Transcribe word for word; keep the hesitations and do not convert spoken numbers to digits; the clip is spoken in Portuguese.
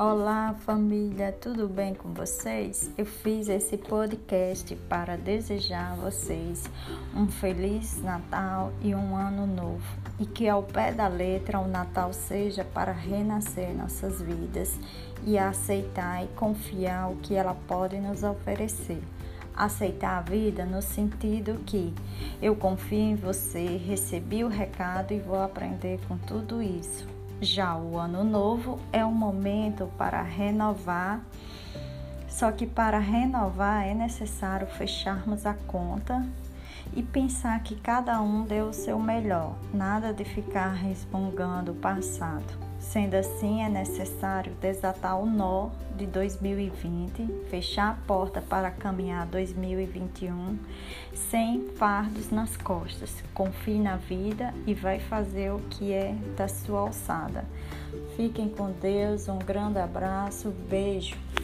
Olá, família, tudo bem com vocês? Eu fiz esse podcast para desejar a vocês um feliz Natal e um ano novo. E que ao pé da letra o Natal seja para renascer nossas vidas e aceitar e confiar o que ela pode nos oferecer. Aceitar a vida no sentido que eu confio em você, recebi o recado e vou aprender com tudo isso. Já o ano novo é um momento para renovar, só que para renovar é necessário fecharmos a conta e pensar que cada um deu o seu melhor, nada de ficar resmungando o passado. Sendo assim, é necessário desatar o nó de dois mil e vinte, fechar a porta para caminhar dois mil e vinte e um sem fardos nas costas. Confie na vida e vai fazer o que é da sua alçada. Fiquem com Deus, um grande abraço, beijo.